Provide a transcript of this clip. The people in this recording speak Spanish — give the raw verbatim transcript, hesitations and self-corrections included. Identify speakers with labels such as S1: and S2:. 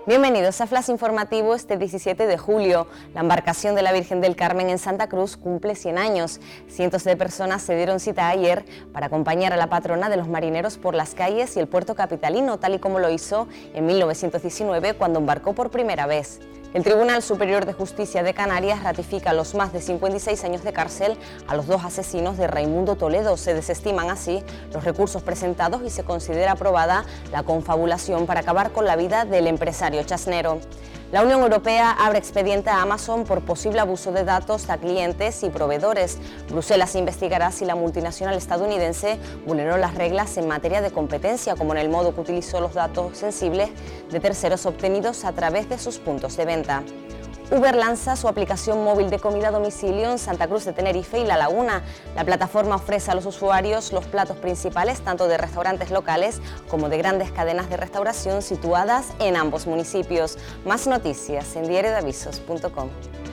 S1: Bienvenidos a Flash Informativo este diecisiete de julio. La embarcación de la Virgen del Carmen en Santa Cruz cumple cien años. Cientos de personas se dieron cita ayer para acompañar a la patrona de los marineros por las calles y el puerto capitalino, tal y como lo hizo en mil novecientos diecinueve cuando embarcó por primera vez. El Tribunal Superior de Justicia de Canarias ratifica los más de cincuenta y seis años de cárcel a los dos asesinos de Raimundo Toledo. Se desestiman así los recursos presentados y se considera aprobada la confabulación para acabar con la vida del empresario chasnero. La Unión Europea abre expediente a Amazon por posible abuso de datos a clientes y proveedores. Bruselas investigará si la multinacional estadounidense vulneró las reglas en materia de competencia, como en el modo que utilizó los datos sensibles de terceros obtenidos a través de sus puntos de venta. Uber lanza su aplicación móvil de comida a domicilio en Santa Cruz de Tenerife y La Laguna. La plataforma ofrece a los usuarios los platos principales tanto de restaurantes locales como de grandes cadenas de restauración situadas en ambos municipios. Más noticias en diario de avisos punto com.